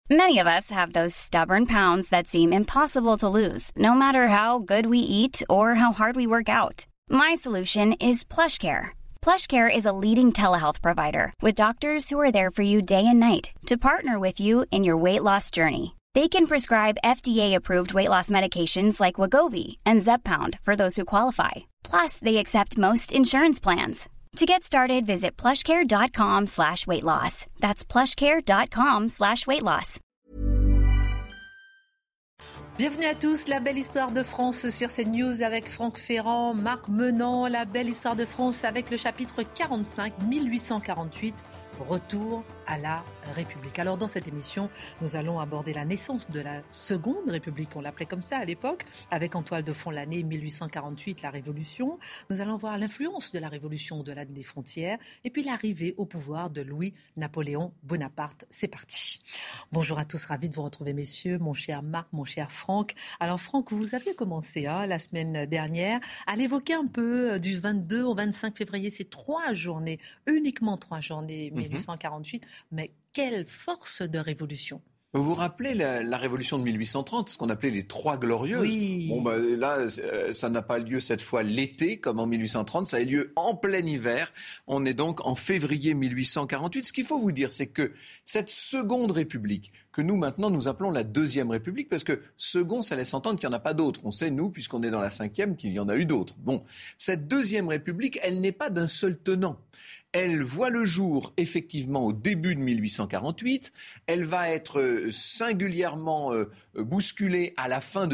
Many of us have those stubborn pounds that seem impossible to lose, no matter how good we eat or how hard we work out. My solution is PlushCare. PlushCare is a leading telehealth provider with doctors who are there for you day and night to partner with you in your weight loss journey. They can prescribe FDA-approved weight loss medications like Wegovy and Zepbound for those who qualify. Plus, they accept most insurance plans. To get started, visit plushcare.com/weightloss. That's plushcare.com/weightloss. Bienvenue à tous, la belle histoire de France sur CNews avec Franck Ferrand, Marc Menant, la belle histoire de France avec le chapitre 45, 1848, retour à la République. Alors dans cette émission, nous allons aborder la naissance de la Seconde République, on l'appelait comme ça à l'époque, avec en toile de fond l'année 1848, la Révolution. Nous allons voir l'influence de la Révolution au-delà des frontières et puis l'arrivée au pouvoir de Louis-Napoléon Bonaparte. C'est parti. Bonjour à tous, ravi de vous retrouver messieurs, mon cher Marc, mon cher Franck. Alors Franck, vous aviez commencé la semaine dernière à l'évoquer un peu du 22 au 25 février, ces 3 journées, uniquement 3 journées 1848. Mais quelle force de révolution! Vous vous rappelez la révolution de 1830, ce qu'on appelait les Trois Glorieuses? Oui. Bon, là, ça n'a pas lieu cette fois l'été, comme en 1830, ça a lieu en plein hiver. On est donc en février 1848. Ce qu'il faut vous dire, c'est que cette Seconde République, que nous, maintenant, nous appelons la Deuxième République, parce que second, ça laisse entendre qu'il n'y en a pas d'autres. On sait, nous, puisqu'on est dans la 5e, qu'il y en a eu d'autres. Bon, cette Deuxième République, elle n'est pas d'un seul tenant. Elle voit le jour, effectivement, au début de 1848. Elle va être singulièrement bousculée à la fin de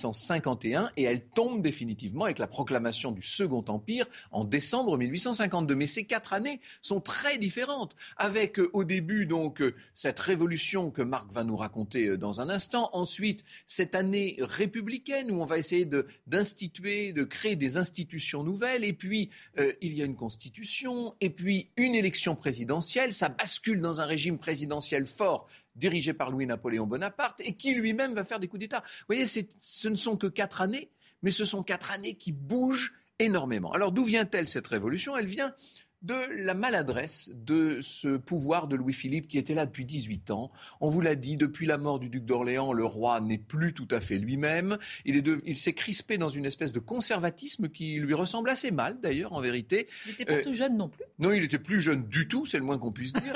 1851 et elle tombe définitivement avec la proclamation du Second Empire en décembre 1852. Mais ces 4 années sont très différentes. Avec, au début, donc, cette révolution que Marc va nous raconter dans un instant. Ensuite, cette année républicaine où on va essayer d'instituer, de créer des institutions nouvelles. Et puis, il y a une constitution. Et puis, une élection présidentielle, ça bascule dans un régime présidentiel fort dirigé par Louis-Napoléon Bonaparte et qui lui-même va faire des coups d'État. Vous voyez, ce ne sont que 4 années, mais ce sont 4 années qui bougent énormément. Alors d'où vient-elle cette révolution ? Elle vient de la maladresse de ce pouvoir de Louis-Philippe qui était là depuis 18 ans. On vous l'a dit, depuis la mort du duc d'Orléans, le roi n'est plus tout à fait lui-même. Il s'est crispé dans une espèce de conservatisme qui lui ressemble assez mal, d'ailleurs, en vérité. Il n'était pas tout jeune non plus. Non, il n'était plus jeune du tout, c'est le moins qu'on puisse dire.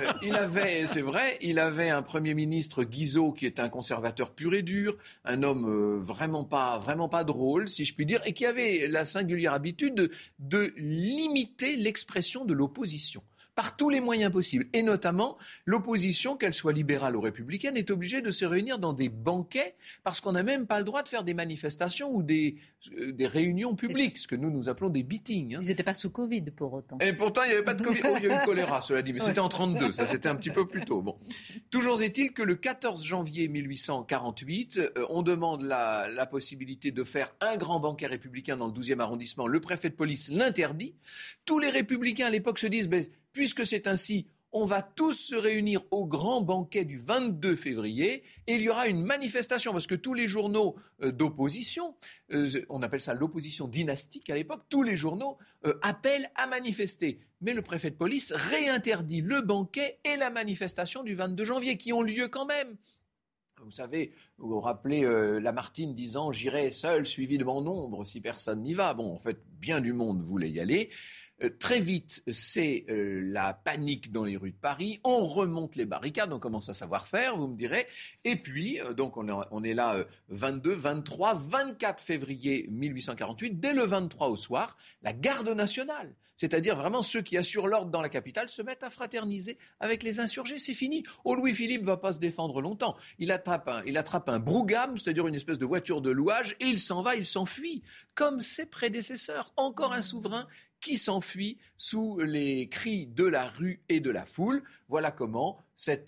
C'est vrai, il avait un Premier ministre, Guizot, qui était un conservateur pur et dur, un homme vraiment pas drôle, si je puis dire, et qui avait la singulière habitude de limiter l'expression de l'opposition par tous les moyens possibles. Et notamment, l'opposition, qu'elle soit libérale ou républicaine, est obligée de se réunir dans des banquets parce qu'on n'a même pas le droit de faire des manifestations ou des réunions publiques, ce que nous appelons des meetings. Ils n'étaient pas sous Covid pour autant. Et pourtant, il n'y avait pas de Covid. Oh, il y a eu le choléra, cela dit, mais c'était en 32, ça c'était un petit peu plus tôt. Bon. Toujours est-il que le 14 janvier 1848, on demande la possibilité de faire un grand banquet républicain dans le 12e arrondissement. Le préfet de police l'interdit. Tous les républicains à l'époque se disent puisque c'est ainsi, on va tous se réunir au grand banquet du 22 février et il y aura une manifestation parce que tous les journaux d'opposition, on appelle ça l'opposition dynastique à l'époque, tous les journaux appellent à manifester. Mais le préfet de police réinterdit le banquet et la manifestation du 22 janvier qui ont lieu quand même. Vous savez, vous vous rappelez Lamartine disant « J'irai seul suivi de mon ombre si personne n'y va ». Bon, en fait, bien du monde voulait y aller. Très vite, c'est la panique dans les rues de Paris. On remonte les barricades, on commence à savoir faire, vous me direz. Et puis, donc on est là 22, 23, 24 février 1848. Dès le 23 au soir, la garde nationale, c'est-à-dire vraiment ceux qui assurent l'ordre dans la capitale, se mettent à fraterniser avec les insurgés. C'est fini. Oh, Louis-Philippe ne va pas se défendre longtemps. Il attrape un brougham, c'est-à-dire une espèce de voiture de louage, et il s'en va, il s'enfuit, comme ses prédécesseurs. Encore un souverain qui s'enfuit sous les cris de la rue et de la foule. Voilà comment cette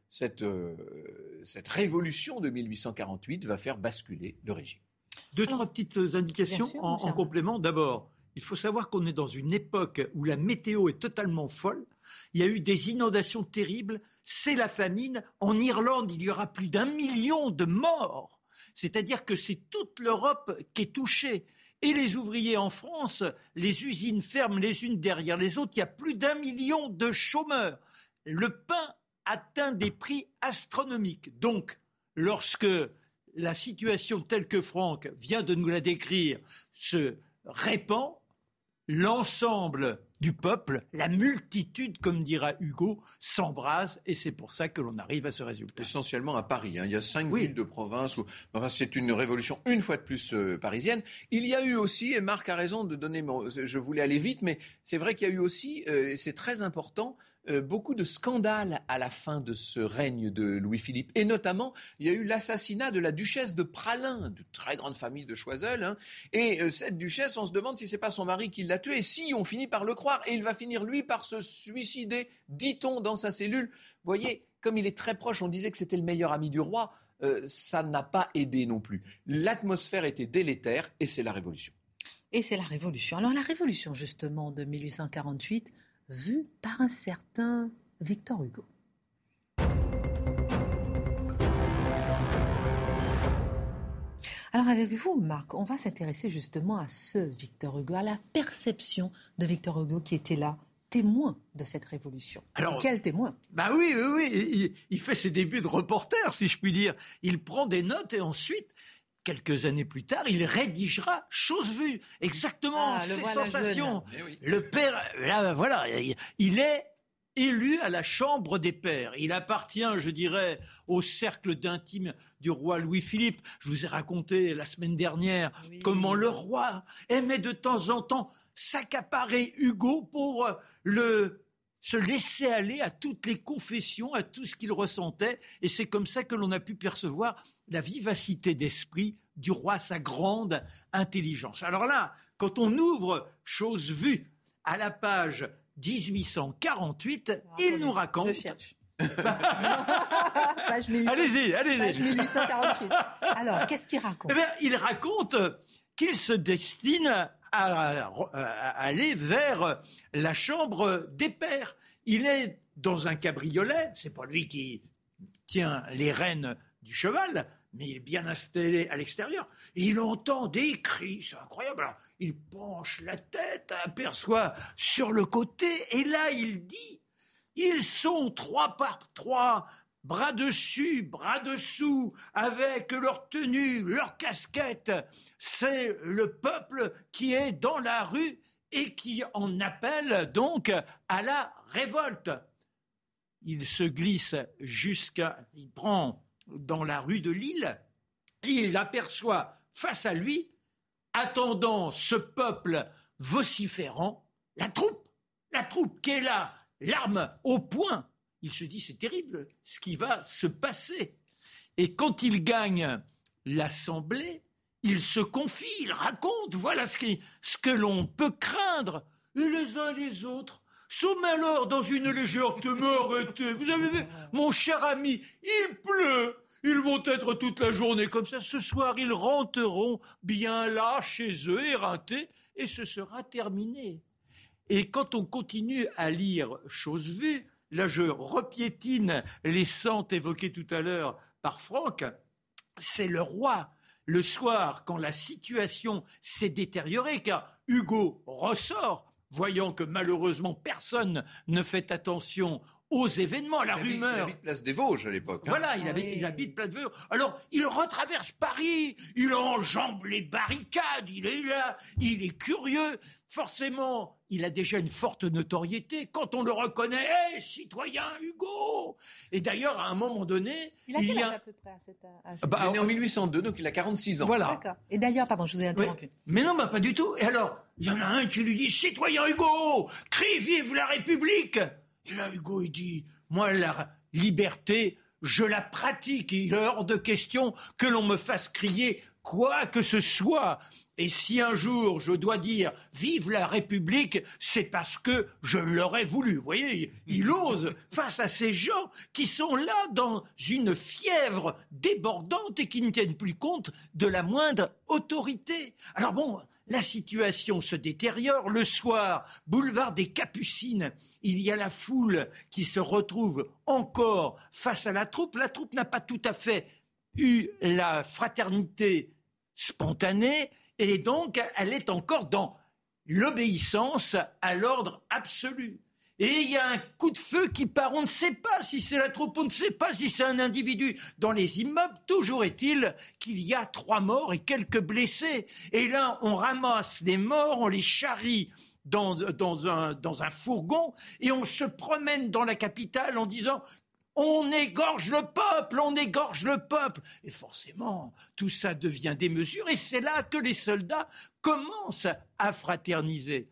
révolution de 1848 va faire basculer le régime. 2-3 petites indications en complément. D'abord, il faut savoir qu'on est dans une époque où la météo est totalement folle. Il y a eu des inondations terribles. C'est la famine. En Irlande, il y aura plus d'1 million de morts. C'est-à-dire que c'est toute l'Europe qui est touchée. Et les ouvriers en France, les usines ferment les unes derrière les autres. Il y a plus d'1 million de chômeurs. Le pain atteint des prix astronomiques. Donc, lorsque la situation telle que Franck vient de nous la décrire se répand, l'ensemble du peuple, la multitude, comme dira Hugo, s'embrase et c'est pour ça que l'on arrive à ce résultat. Essentiellement à Paris. Il y a 5 villes de province où c'est une révolution une fois de plus parisienne. Il y a eu aussi, et Marc a raison de donner, je voulais aller vite, mais c'est vrai qu'il y a eu aussi, et c'est très important, beaucoup de scandales à la fin de ce règne de Louis-Philippe. Et notamment, il y a eu l'assassinat de la duchesse de Praslin, de très grande famille de Choiseul. Et cette duchesse, on se demande si c'est pas son mari qui l'a tuée. Et si, on finit par le croire. Et il va finir, lui, par se suicider, dit-on, dans sa cellule. Vous voyez, comme il est très proche, on disait que c'était le meilleur ami du roi. Ça n'a pas aidé non plus. L'atmosphère était délétère et c'est la Révolution. Et c'est la Révolution. Alors la Révolution, justement, de 1848... vu par un certain Victor Hugo. Alors avec vous, Marc, on va s'intéresser justement à ce Victor Hugo, à la perception de Victor Hugo qui était là, témoin de cette révolution. Alors, quel témoin ? Oui, il fait ses débuts de reporter, si je puis dire. Il prend des notes et ensuite... quelques années plus tard, il rédigera Chose vue. Exactement, ces sensations. Le père, là, voilà, il est élu à la Chambre des pairs. Il appartient, je dirais, au cercle d'intime du roi Louis-Philippe. Je vous ai raconté la semaine dernière comment le roi aimait de temps en temps s'accaparer Hugo pour se laisser aller à toutes les confessions, à tout ce qu'il ressentait. Et c'est comme ça que l'on a pu percevoir la vivacité d'esprit du roi, sa grande intelligence. Alors là, quand on ouvre Chose vue à la page 1848, il nous raconte... Je cherche. Page 1800... Allez-y. Page 1848. Alors, qu'est-ce qu'il raconte ? Il raconte qu'il se destine à aller vers la chambre des pairs. Il est dans un cabriolet, c'est pas lui qui tient les rênes du cheval, mais il est bien installé à l'extérieur. Et il entend des cris, c'est incroyable. Alors, il penche la tête, aperçoit sur le côté, et là il dit, ils sont 3 par 3, bras dessus, bras dessous, avec leur tenue, leur casquette. C'est le peuple qui est dans la rue et qui en appelle donc à la révolte. Il se glisse il prend dans la rue de Lille, et il aperçoit face à lui, attendant ce peuple vociférant, la troupe qui est là, l'arme au poing. Il se dit, c'est terrible ce qui va se passer. Et quand il gagne l'Assemblée, il se confie, il raconte, voilà ce que l'on peut craindre. Et les uns et les autres sont alors dans une légère temerité. Vous avez vu, mon cher ami, il pleut. Ils vont être toute la journée comme ça. Ce soir, ils rentreront bien là, chez eux, éreintés, et ce sera terminé. Et quand on continue à lire Chose vue, là je repiétine les sentes évoquées tout à l'heure par Franck, c'est le roi. Le soir, quand la situation s'est détériorée, car Hugo ressort, voyant que malheureusement personne ne fait attention aux événements, à la rumeur. Il habite Place des Vosges à l'époque. Voilà, il habite Place des Vosges. Alors, il retraverse Paris, il enjambe les barricades, il est là, il est curieux. Forcément, il a déjà une forte notoriété. Quand on le reconnaît, hey, citoyen Hugo. Et d'ailleurs, à un moment donné... Il a quel âge à peu près à cette il est né en 1802, donc il a 46 ans. Voilà. D'accord. Et d'ailleurs, pardon, je vous ai interrompu. Oui. Mais non, pas du tout. Et alors, il y en a un qui lui dit « Citoyen Hugo, crie vive la République !» Et là, Hugo, il dit, moi, la liberté, je la pratique. Il est hors de question que l'on me fasse crier quoi que ce soit. Et si un jour, je dois dire « Vive la République », c'est parce que je l'aurais voulu. Vous voyez, il ose face à ces gens qui sont là dans une fièvre débordante et qui ne tiennent plus compte de la moindre autorité. Alors bon, la situation se détériore. Le soir, boulevard des Capucines, il y a la foule qui se retrouve encore face à la troupe. La troupe n'a pas tout à fait eu la fraternité spontanée et donc elle est encore dans l'obéissance à l'ordre absolu. Et il y a un coup de feu qui part, on ne sait pas si c'est la troupe, on ne sait pas si c'est un individu. Dans les immeubles, toujours est-il qu'il y a 3 morts et quelques blessés. Et là, on ramasse les morts, on les charrie dans un fourgon et on se promène dans la capitale en disant « On égorge le peuple, on égorge le peuple !» Et forcément, tout ça devient démesuré. Et c'est là que les soldats commencent à fraterniser.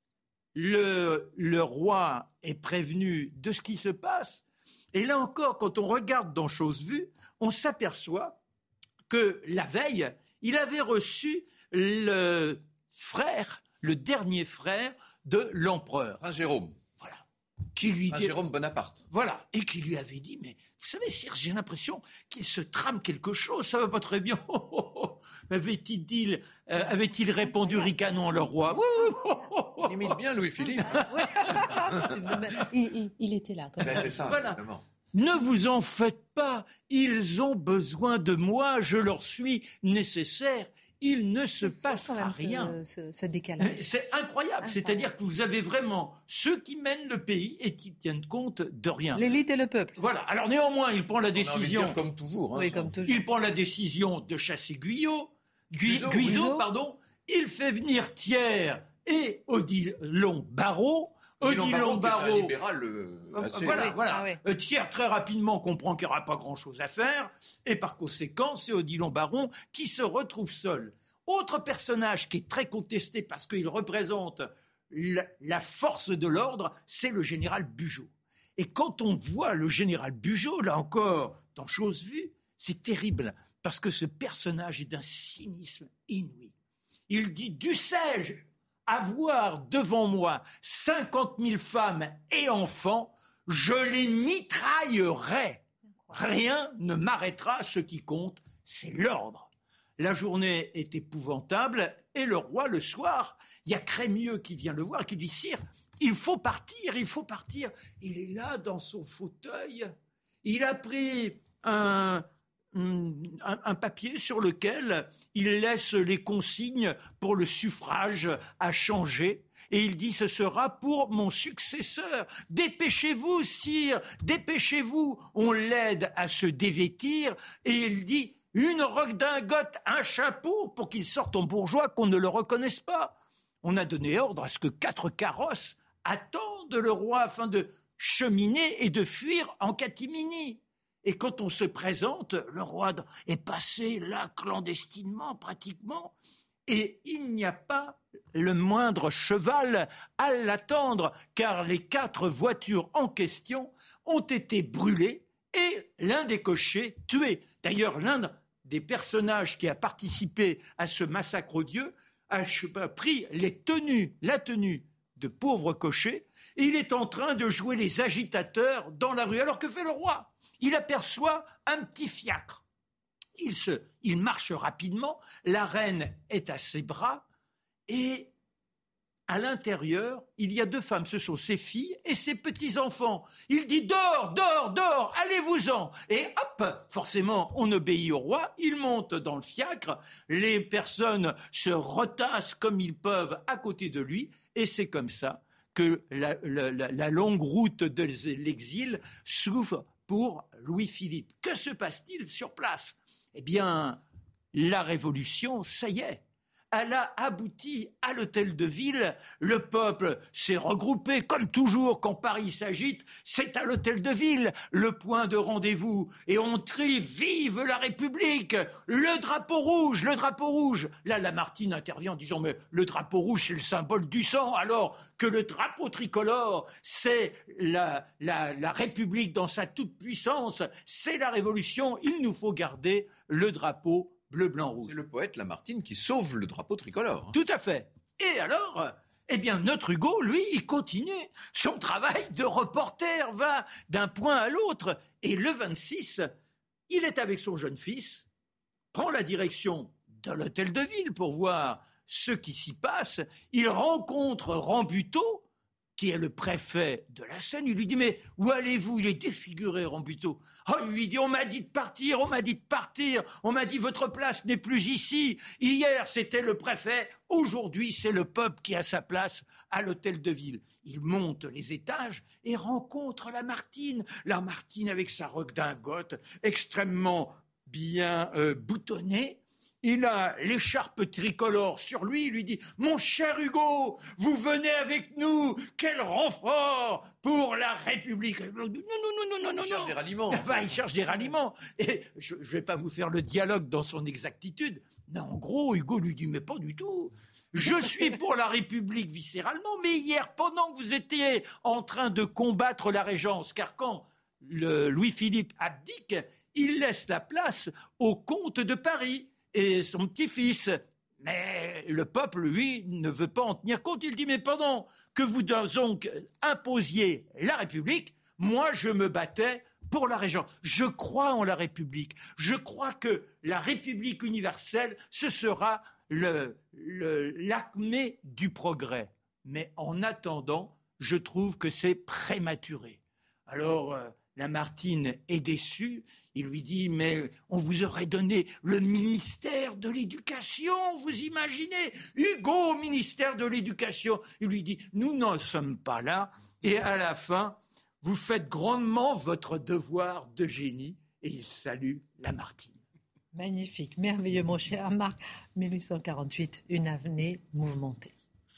Le roi est prévenu de ce qui se passe. Et là encore, quand on regarde dans Chose Vue, on s'aperçoit que la veille, il avait reçu le dernier frère de l'empereur. Prince Jérôme. Voilà. Jérôme Bonaparte. Voilà. Et qui lui avait dit, mais vous savez, Sire, j'ai l'impression qu'il se trame quelque chose, ça va pas très bien. Avait-il répondu ricanant le roi? Il imite bien Louis-Philippe. il était là. Quand même. C'est ça, voilà. Évidemment. Ne vous en faites pas, ils ont besoin de moi, je leur suis nécessaire. Il ne se passera rien. Ce décalage. C'est incroyable. C'est-à-dire que vous avez vraiment ceux qui mènent le pays et qui tiennent compte de rien. L'élite et le peuple. Voilà. Alors néanmoins, il prend la décision. On a envie de dire comme toujours. Oui, comme toujours. Il prend la décision de chasser Guizot. Il fait venir Thiers et Odilon Barrot. Odilon Barrot, qui est un libéral voilà. Ah ouais. Thiers très rapidement comprend qu'il n'y aura pas grand-chose à faire et par conséquent, c'est Odilon Barrot qui se retrouve seul. Autre personnage qui est très contesté parce qu'il représente la force de l'ordre, c'est le général Bugeaud. Et quand on voit le général Bugeaud, là encore, dans Chose Vue, c'est terrible parce que ce personnage est d'un cynisme inouï. Il dit « Dussé-je avoir devant moi 50 000 femmes et enfants, je les mitraillerai. Rien ne m'arrêtera, ce qui compte, c'est l'ordre. » La journée est épouvantable et le roi, le soir, il y a Crémieux qui vient le voir et qui dit « Sire, il faut partir. » Il est là dans son fauteuil, il a pris un papier sur lequel il laisse les consignes pour le suffrage à changer. Et il dit, ce sera pour mon successeur. Dépêchez-vous, sire, dépêchez-vous. On l'aide à se dévêtir et il dit, une redingote, un chapeau pour qu'il sorte en bourgeois, qu'on ne le reconnaisse pas. On a donné ordre à ce que 4 carrosses attendent le roi afin de cheminer et de fuir en catimini. Et quand on se présente, le roi est passé là clandestinement pratiquement et il n'y a pas le moindre cheval à l'attendre car les 4 voitures en question ont été brûlées et l'un des cochers tué. D'ailleurs, l'un des personnages qui a participé à ce massacre odieux a pris la tenue de pauvres cochers et il est en train de jouer les agitateurs dans la rue. Alors que fait le roi ? Il aperçoit un petit fiacre. Il marche rapidement, la reine est à ses bras et à l'intérieur, il y a 2 femmes, ce sont ses filles et ses petits-enfants. Il dit « Dors, dors, dors, allez-vous-en » Et hop, forcément, on obéit au roi, il monte dans le fiacre, les personnes se retassent comme ils peuvent à côté de lui et c'est comme ça que la longue route de l'exil s'ouvre pour Louis-Philippe. Que se passe-t-il sur place ? Eh bien, la révolution, ça y est, elle a abouti à l'hôtel de ville. Le peuple s'est regroupé, comme toujours quand Paris s'agite, c'est à l'hôtel de ville, le point de rendez-vous. Et on crie « Vive la République !» Le drapeau rouge, le drapeau rouge. Là, Lamartine intervient en disant « Mais le drapeau rouge, c'est le symbole du sang, alors que le drapeau tricolore, c'est la République dans sa toute-puissance, c'est la Révolution, il nous faut garder le drapeau bleu, blanc, rouge. » C'est le poète Lamartine qui sauve le drapeau tricolore. Tout à fait. Et alors, eh bien, notre Hugo, lui, il continue son travail de reporter, va d'un point à l'autre. Et le 26, il est avec son jeune fils, prend la direction de l'hôtel de ville pour voir ce qui s'y passe. Il rencontre Rambuteau, qui est le préfet de la Seine, il lui dit « Mais où allez-vous ?» Il est défiguré, Rambuteau. Il lui dit « On m'a dit de partir, on m'a dit votre place n'est plus ici. Hier, c'était le préfet, aujourd'hui, c'est le peuple qui a sa place à l'hôtel de ville. » Il monte les étages et rencontre Lamartine. Lamartine avec sa redingote extrêmement bien boutonnée. Il a l'écharpe tricolore sur lui, il lui dit « Mon cher Hugo, vous venez avec nous, quel renfort pour la République !» Non. Il cherche des ralliements. Il cherche des ralliements. Et je ne vais pas vous faire le dialogue dans son exactitude. Mais en gros, Hugo lui dit « Mais pas du tout. Je suis pour la République viscéralement, mais hier, pendant que vous étiez en train de combattre la Régence, car quand Louis-Philippe abdique, il laisse la place au comte de Paris et son petit-fils. Mais le peuple, lui, ne veut pas en tenir compte. Il dit, mais pendant que vous donc imposiez la République, moi, je me battais pour la Régence. Je crois en la République. Je crois que la République universelle, ce sera l'acmé du progrès. Mais en attendant, je trouve que c'est prématuré. Alors, Lamartine est déçu. Il lui dit, mais on vous aurait donné le ministère de l'Éducation, vous imaginez ? Hugo, au ministère de l'Éducation. Il lui dit, nous n'en sommes pas là. Et à la fin, vous faites grandement votre devoir de génie. Et il salue Lamartine. Magnifique, merveilleux, mon cher Marc. 1848, une avenue mouvementée.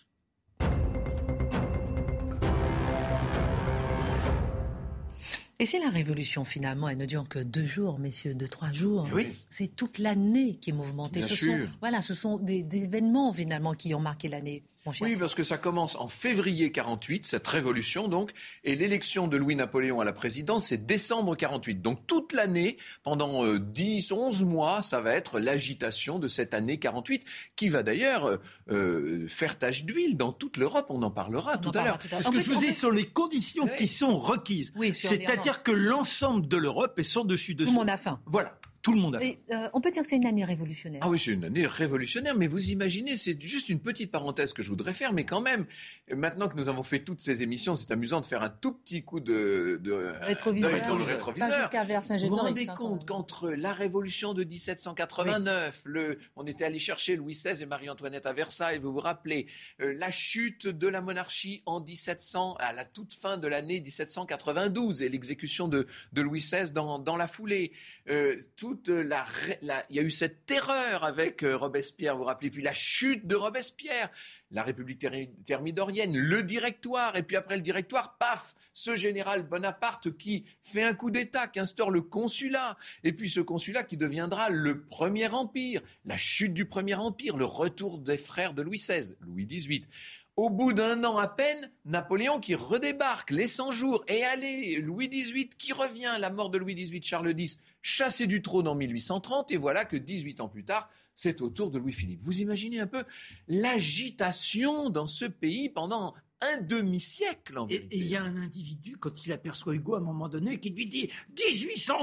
Et c'est la révolution, finalement, elle ne dure que 2 jours, messieurs, 2-3 jours. Oui. C'est toute l'année qui est mouvementée. Ce sont des événements, finalement, qui ont marqué l'année. Oui, parce que ça commence en février 48, cette révolution donc, et l'élection de Louis-Napoléon à la présidence, c'est décembre 48. Donc toute l'année, pendant 10-11 mois, ça va être l'agitation de cette année 48, qui va d'ailleurs faire tache d'huile dans toute l'Europe. On en parlera tout à l'heure. Ce que je vous dis sont les conditions qui sont requises. Oui, c'est-à-dire que l'ensemble de l'Europe est sans dessus-dessous. Tout le monde a faim. Voilà. Tout le monde a fait. On peut dire que c'est une année révolutionnaire. Ah oui, c'est une année révolutionnaire, mais vous imaginez, c'est juste une petite parenthèse que je voudrais faire, mais quand même, maintenant que nous avons fait toutes ces émissions, c'est amusant de faire un tout petit coup de rétroviseur. dans le rétroviseur. Pas jusqu'à Vercingétorix. Vous vous rendez compte qu'entre la révolution de 1789, on était allé chercher Louis XVI et Marie-Antoinette à Versailles, vous vous rappelez, la chute de la monarchie en 1700, à la toute fin de l'année 1792, et l'exécution de Louis XVI dans la foulée, il y a eu cette terreur avec Robespierre, vous vous rappelez, puis la chute de Robespierre, la République thermidorienne, le Directoire, et puis après le Directoire, paf, ce général Bonaparte qui fait un coup d'État, qui instaure le consulat, et puis ce consulat qui deviendra le Premier Empire, la chute du Premier Empire, le retour des frères de Louis XVI, Louis XVIII. Au bout d'1 an à peine, Napoléon qui redébarque, les 100 jours, et allez, Louis XVIII qui revient, la mort de Louis XVIII, Charles X, chassé du trône en 1830, et voilà que 18 ans plus tard, c'est au tour de Louis-Philippe. Vous imaginez un peu l'agitation dans ce pays pendant un demi-siècle, en vérité. Et il y a un individu, quand il aperçoit Hugo, à un moment donné, qui lui dit « 1830 !»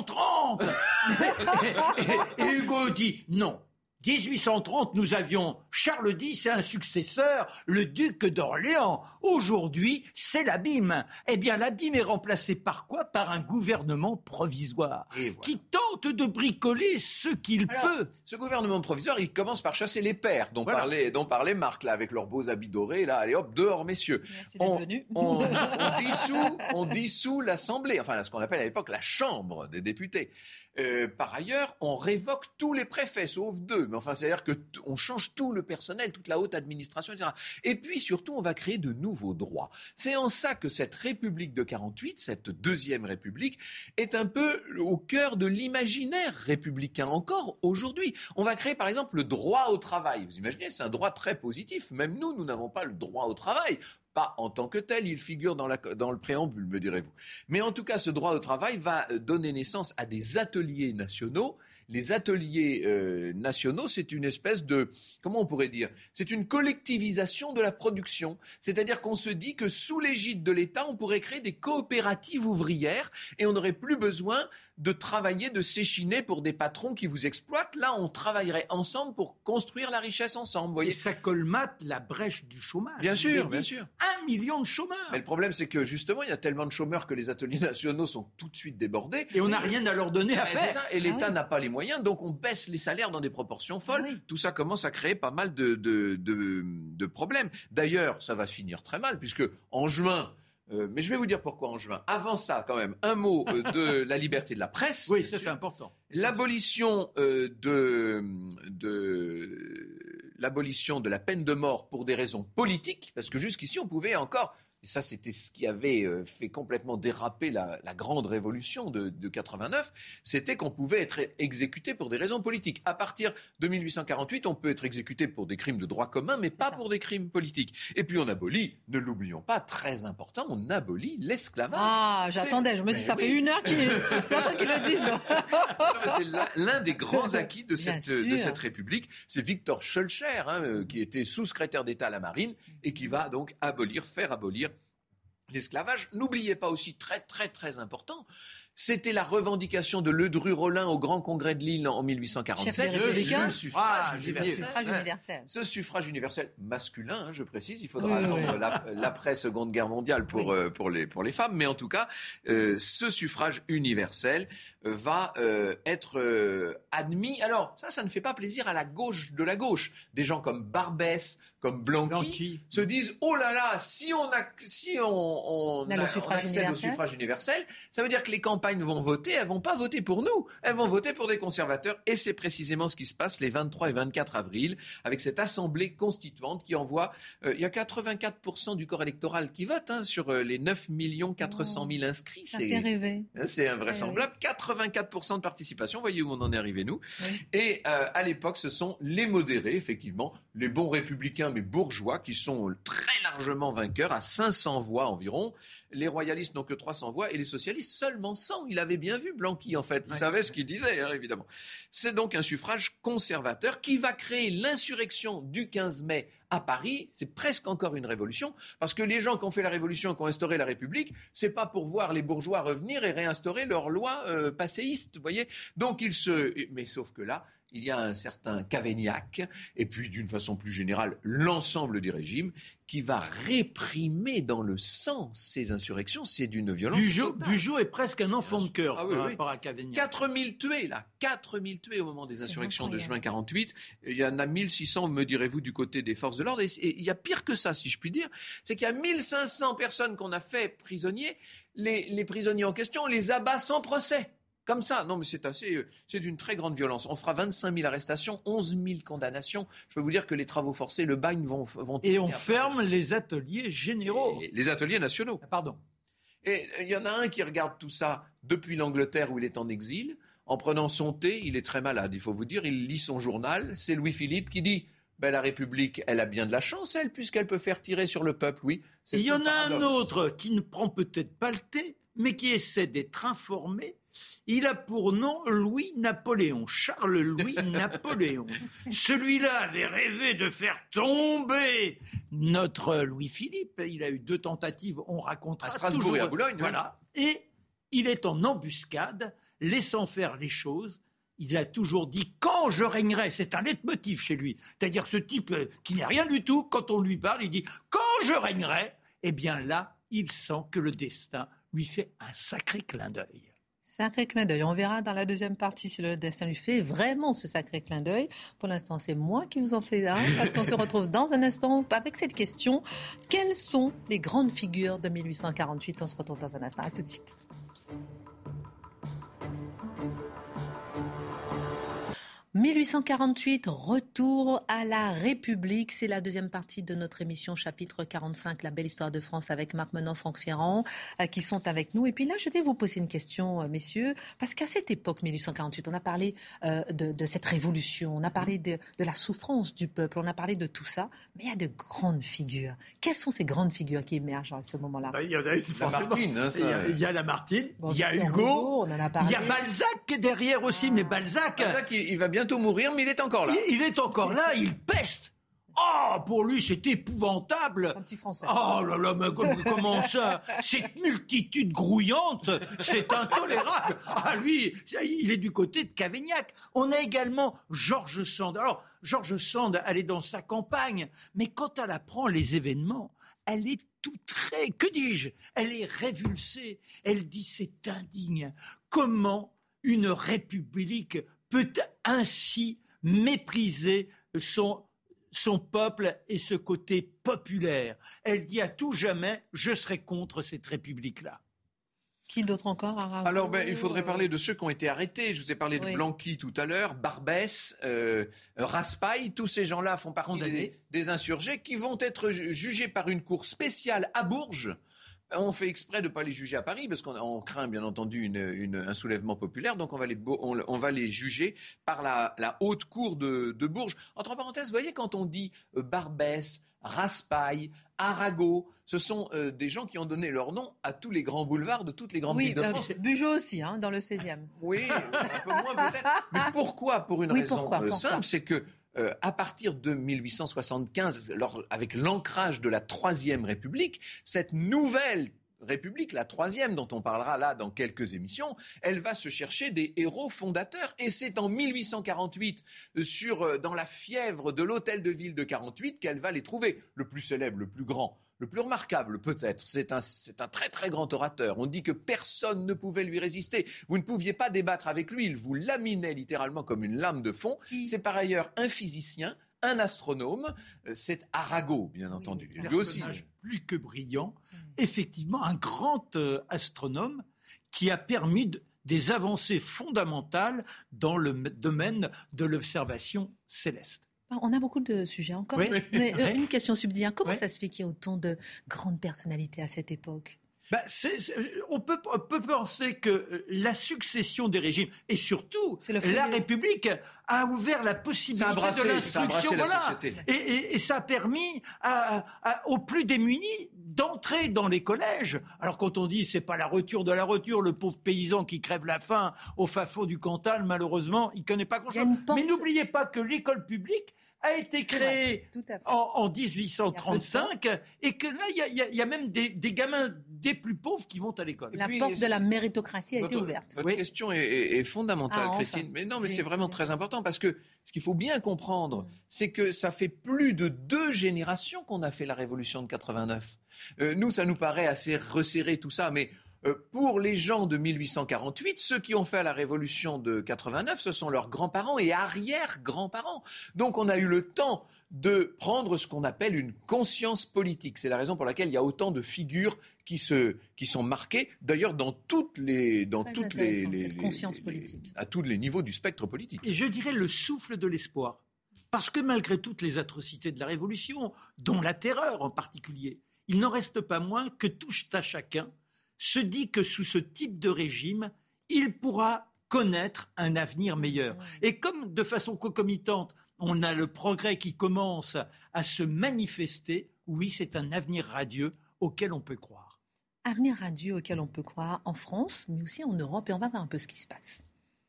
et Hugo dit « Non. 1830, nous avions Charles X et un successeur, le duc d'Orléans. Aujourd'hui, c'est l'abîme. Eh bien, l'abîme est remplacé par quoi ? Par un gouvernement provisoire qui tente de bricoler ce qu'il peut. Ce gouvernement provisoire, il commence par chasser les pères dont parlait Marc, là, avec leurs beaux habits dorés. Là, allez hop, dehors, messieurs. On dissout l'Assemblée, enfin, ce qu'on appelle à l'époque la Chambre des députés. Par ailleurs, on révoque tous les préfets, sauf 2. Mais enfin, c'est-à-dire qu'on change tout le personnel, toute la haute administration, etc. Et puis, surtout, on va créer de nouveaux droits. C'est en ça que cette République de 48, cette deuxième République, est un peu au cœur de l'imaginaire républicain encore aujourd'hui. On va créer, par exemple, le droit au travail. Vous imaginez, c'est un droit très positif. Même nous n'avons pas le droit au travail. Pas en tant que tel, il figure dans le préambule, me direz-vous. Mais en tout cas, ce droit au travail va donner naissance à des ateliers nationaux. Les ateliers nationaux, c'est une espèce de, comment on pourrait dire ? C'est une collectivisation de la production. C'est-à-dire qu'on se dit que sous l'égide de l'État, on pourrait créer des coopératives ouvrières et on n'aurait plus besoin de travailler, de s'échiner pour des patrons qui vous exploitent. Là, on travaillerait ensemble pour construire la richesse ensemble. Vous voyez. Et ça colmate la brèche du chômage. Bien sûr, bien sûr. 1 million de chômeurs. Mais le problème, c'est que justement, il y a tellement de chômeurs que les ateliers nationaux sont tout de suite débordés. Et on n'a rien à leur donner à faire. C'est ça. Et l'État n'a pas les moyens, donc on baisse les salaires dans des proportions folles. Tout ça commence à créer pas mal de problèmes. D'ailleurs, ça va se finir très mal, puisque en juin... mais je vais vous dire pourquoi en juin. Avant ça, quand même, un mot de la liberté de la presse. Oui, ça c'est important. L'abolition l'abolition de la peine de mort pour des raisons politiques, parce que jusqu'ici on pouvait encore... Et ça, c'était ce qui avait fait complètement déraper la grande révolution de 89, c'était qu'on pouvait être exécuté pour des raisons politiques. À partir de 1848, on peut être exécuté pour des crimes de droit commun, mais pas pour des crimes politiques. Et puis on abolit, ne l'oublions pas, très important, on abolit l'esclavage. Ah, j'attendais, je me dis, ça fait 1 heure qu'il le dit. Non, mais c'est l'un des grands acquis de cette République. C'est Victor Schœlcher, qui était sous-secrétaire d'État à la Marine, et qui va donc faire abolir l'esclavage. N'oubliez pas aussi, très très très important, c'était la revendication de Ledru-Rollin au Grand Congrès de Lille en 1847. Le suffrage universel. Ce suffrage universel masculin, je précise, il faudra attendre l'après-Seconde Guerre mondiale pour les femmes, mais en tout cas, ce suffrage universel va être admis. Alors, ça ne fait pas plaisir à la gauche de la gauche. Des gens comme Barbès, comme Blanqui se disent « Oh là là, si on accède au suffrage universel, ça veut dire que les campagnes vont voter, elles vont pas voter pour nous, elles vont voter pour des conservateurs. » Et c'est précisément ce qui se passe les 23 et 24 avril, avec cette assemblée constituante qui envoie... il y a 84% du corps électoral qui vote sur les 9 400 000 inscrits. Ça fait rêver. C'est invraisemblable. 84% de participation, voyez où on en est arrivé nous. Oui. Et à l'époque, ce sont les modérés, effectivement, les bons républicains mais bourgeois qui sont très largement vainqueurs, à 500 voix environ. Les royalistes n'ont que 300 voix et les socialistes seulement 100. Il avait bien vu Blanqui, en fait. Il savait ce qu'il disait, évidemment. C'est donc un suffrage conservateur qui va créer l'insurrection du 15 mai à Paris. C'est presque encore une révolution, parce que les gens qui ont fait la révolution, qui ont instauré la République, c'est pas pour voir les bourgeois revenir et réinstaurer leurs lois passéistes, vous voyez. Donc mais sauf que là, il y a un certain Cavaignac, et puis d'une façon plus générale, l'ensemble du régime, qui va réprimer dans le sang ces insurrections. C'est d'une violence totale. Bugeaud est presque un enfant de cœur par rapport à Cavaignac. 4000 tués, là. 4000 tués au moment des insurrections de juin 48. Il y en a 1600, me direz-vous, du côté des forces de l'ordre. Et il y a pire que ça, si je puis dire. C'est qu'il y a 1500 personnes qu'on a fait prisonniers. Les prisonniers en question, on les abat sans procès. Comme ça, non mais c'est d'une très grande violence. On fera 25 000 arrestations, 11 000 condamnations. Je peux vous dire que les travaux forcés, le bagne vont et on ferme les ateliers généraux. Les ateliers nationaux. Pardon. Et il y en a un qui regarde tout ça depuis l'Angleterre où il est en exil. En prenant son thé, il est très malade, il faut vous dire. Il lit son journal. C'est Louis-Philippe qui dit... la République, elle a bien de la chance, elle, puisqu'elle peut faire tirer sur le peuple, oui. Il y en a un autre qui ne prend peut-être pas le thé, mais qui essaie d'être informé. Il a pour nom Louis-Napoléon, Charles-Louis Napoléon. Celui-là avait rêvé de faire tomber notre Louis-Philippe. Il a eu 2 tentatives, on racontera. À Strasbourg et à Boulogne. Voilà. Et il est en embuscade, laissant faire les choses. Il a toujours dit « quand je régnerai », c'est un leitmotiv chez lui. C'est-à-dire ce type qui n'est rien du tout, quand on lui parle, il dit « quand je régnerai », eh bien là, il sent que le destin lui fait un sacré clin d'œil. Sacré clin d'œil. On verra dans la deuxième partie si le destin lui fait vraiment ce sacré clin d'œil. Pour l'instant, c'est moi qui vous en fais un, parce qu'on se retrouve dans un instant avec cette question. Quelles sont les grandes figures de 1848 ? On se retrouve dans un instant. À tout de suite. « 1848, retour à la République ». C'est la deuxième partie de notre émission, chapitre 45, la belle histoire de France, avec Marc Menant, Franck Ferrand, qui sont avec nous. Et puis là, je vais vous poser une question, messieurs, parce qu'à cette époque, 1848, on a parlé de cette révolution, on a parlé de la souffrance du peuple, on a parlé de tout ça, mais il y a de grandes figures. Quelles sont ces grandes figures qui émergent à ce moment-là ? Il y en a une, Lamartine. Il y a Lamartine, il y a Hugo, on en a parlé. Il y a Balzac qui est derrière aussi, mais Balzac, il va bientôt mourir, mais il est encore là. Il est encore là, il peste. Oh, pour lui, c'est épouvantable. Un petit Français. Oh là là, mais comment ça? Cette multitude grouillante, c'est intolérable. Ah, lui, il est du côté de Cavaignac. On a également George Sand. Alors, George Sand, elle est dans sa campagne, mais quand elle apprend les événements, elle est outrée. Que dis-je? Elle est révulsée. Elle dit, c'est indigne. Comment une république peut ainsi mépriser son peuple et ce côté populaire. Elle dit à tout jamais, je serai contre cette république-là. Qui d'autre encore? Alors, il faudrait parler de ceux qui ont été arrêtés. Je vous ai parlé de Blanqui tout à l'heure, Barbès, Raspail. Tous ces gens-là font partie des insurgés qui vont être jugés par une cour spéciale à Bourges. On fait exprès de ne pas les juger à Paris parce qu'on craint bien entendu un soulèvement populaire. Donc on va les juger par la haute cour de Bourges. Entre parenthèses, vous voyez quand on dit Barbès, Raspail, Arago, ce sont des gens qui ont donné leur nom à tous les grands boulevards de toutes les grandes villes de France. Bugeaud aussi, dans le 16e. Oui, un peu moins peut-être. Mais pourquoi? Pour une raison simple, c'est que à partir de 1875, avec l'ancrage de la Troisième République, cette nouvelle République, la troisième dont on parlera là dans quelques émissions, elle va se chercher des héros fondateurs. Et c'est en 1848, dans la fièvre de l'hôtel de ville de 48, qu'elle va les trouver. Le plus célèbre, le plus grand, le plus remarquable peut-être, c'est un très très grand orateur. On dit que personne ne pouvait lui résister. Vous ne pouviez pas débattre avec lui, il vous laminait littéralement comme une lame de fond. C'est par ailleurs un physicien, un astronome, c'est Arago, bien entendu. Lui aussi. Plus que brillant, effectivement, un grand astronome qui a permis des avancées fondamentales dans le domaine de l'observation céleste. On a beaucoup de sujets encore. Oui. Mais une question subsidiaire. Comment ça se fait qu'il y ait autant de grandes personnalités à cette époque? On peut penser que la succession des régimes et surtout la République a ouvert la possibilité de l'instruction, et ça a permis aux plus démunis d'entrer dans les collèges. Alors quand on dit c'est pas la rupture de la rupture, le pauvre paysan qui crève la faim au fin fond du Cantal, malheureusement, il connaît pas grand-chose. Mais n'oubliez pas que l'école publique a été créée en 1835 et que là, il y a même des gamins des plus pauvres qui vont à l'école. La porte de la méritocratie a été ouverte. Votre question est fondamentale, Christine. Enfin. Mais c'est vraiment très important parce que ce qu'il faut bien comprendre, c'est que ça fait plus de 2 générations qu'on a fait la révolution de 89. Nous, ça nous paraît assez resserré tout ça, mais pour les gens de 1848, ceux qui ont fait la révolution de 89, ce sont leurs grands-parents et arrière-grands-parents. Donc on a eu le temps de prendre ce qu'on appelle une conscience politique. C'est la raison pour laquelle il y a autant de figures qui sont marquées, d'ailleurs à tous les niveaux du spectre politique. Et je dirais le souffle de l'espoir. Parce que malgré toutes les atrocités de la Révolution, dont la terreur en particulier, il n'en reste pas moins que tout à chacun se dit que sous ce type de régime, il pourra connaître un avenir meilleur. Et comme de façon concomitante, on a le progrès qui commence à se manifester, oui, c'est un avenir radieux auquel on peut croire. Avenir radieux auquel on peut croire en France, mais aussi en Europe, et on va voir un peu ce qui se passe.